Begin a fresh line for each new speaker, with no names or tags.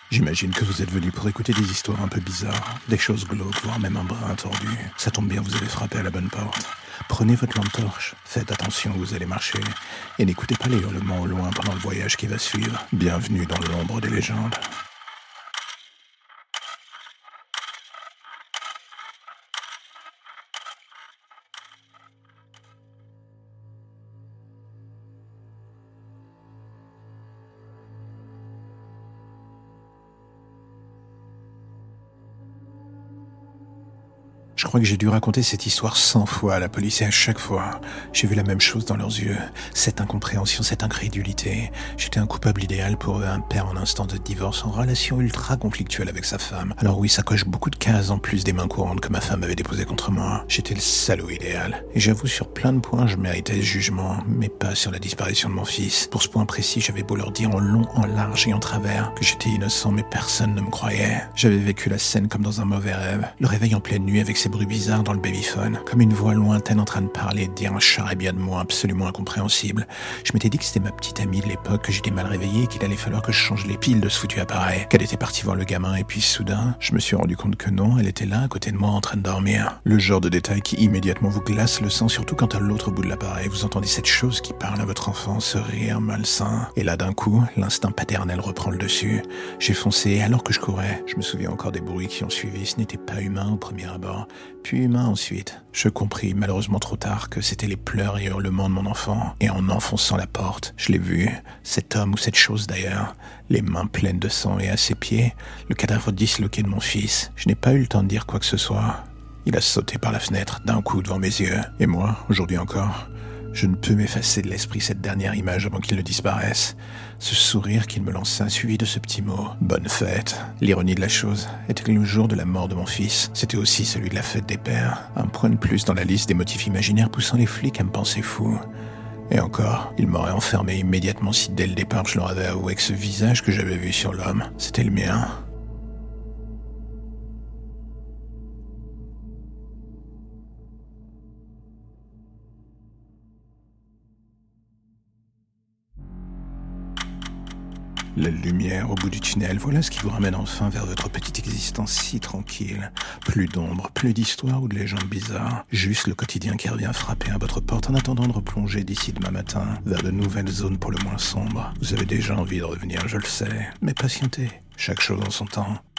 J'imagine que vous êtes venu pour écouter des histoires un peu bizarres, des choses glauques, voire même un brin tordu. Ça tombe bien, vous avez frappé à la bonne porte. Prenez votre lampe torche, faites attention où vous allez marcher, et n'écoutez pas les hurlements au loin pendant le voyage qui va suivre. Bienvenue dans l'ombre des légendes. Je crois que j'ai dû raconter cette histoire 100 fois à la police et à chaque fois, j'ai vu la même chose dans leurs yeux. Cette incompréhension, cette incrédulité. J'étais un coupable idéal pour eux, un père en instant de divorce, en relation ultra conflictuelle avec sa femme. Alors oui, ça coche beaucoup de cases en plus des mains courantes que ma femme avait déposées contre moi. J'étais le salaud idéal. Et j'avoue, sur plein de points, je méritais ce jugement, mais pas sur la disparition de mon fils. Pour ce point précis, j'avais beau leur dire en long, en large et en travers que j'étais innocent, mais personne ne me croyait. J'avais vécu la scène comme dans un mauvais rêve. Le réveil en pleine nuit avec ses bruits bizarres dans le babyphone, comme une voix lointaine en train de parler et de dire un charabia de mots absolument incompréhensible. Je m'étais dit que c'était ma petite amie de l'époque, que j'étais mal réveillé et qu'il allait falloir que je change les piles de ce foutu appareil, qu'elle était partie voir le gamin et puis soudain, je me suis rendu compte que non, elle était là à côté de moi en train de dormir. Le genre de détail qui immédiatement vous glace le sang, surtout quand à l'autre bout de l'appareil, vous entendez cette chose qui parle à votre enfant, ce rire malsain. Et là d'un coup, l'instinct paternel reprend le dessus. J'ai foncé et alors que je courais, je me souviens encore des bruits qui ont suivi, ce n'était pas humain au premier abord, puis humain ensuite. Je compris, malheureusement trop tard, que c'était les pleurs et hurlements de mon enfant. Et en enfonçant la porte, je l'ai vu, cet homme ou cette chose d'ailleurs, les mains pleines de sang et à ses pieds, le cadavre disloqué de mon fils. Je n'ai pas eu le temps de dire quoi que ce soit. Il a sauté par la fenêtre d'un coup devant mes yeux. Et moi, aujourd'hui encore, je ne peux m'effacer de l'esprit cette dernière image avant qu'il ne disparaisse. Ce sourire qu'il me lança, suivi de ce petit mot. Bonne fête. L'ironie de la chose était que le jour de la mort de mon fils, c'était aussi celui de la fête des pères. Un point de plus dans la liste des motifs imaginaires poussant les flics à me penser fou. Et encore, ils m'auraient enfermé immédiatement si dès le départ je leur avais avoué que ce visage que j'avais vu sur l'homme, c'était le mien. La lumière au bout du tunnel, voilà ce qui vous ramène enfin vers votre petite existence si tranquille. Plus d'ombre, plus d'histoires ou de légendes bizarres. Juste le quotidien qui revient frapper à votre porte en attendant de replonger d'ici demain matin vers de nouvelles zones pour le moins sombres. Vous avez déjà envie de revenir, je le sais, mais patientez, chaque chose en son temps.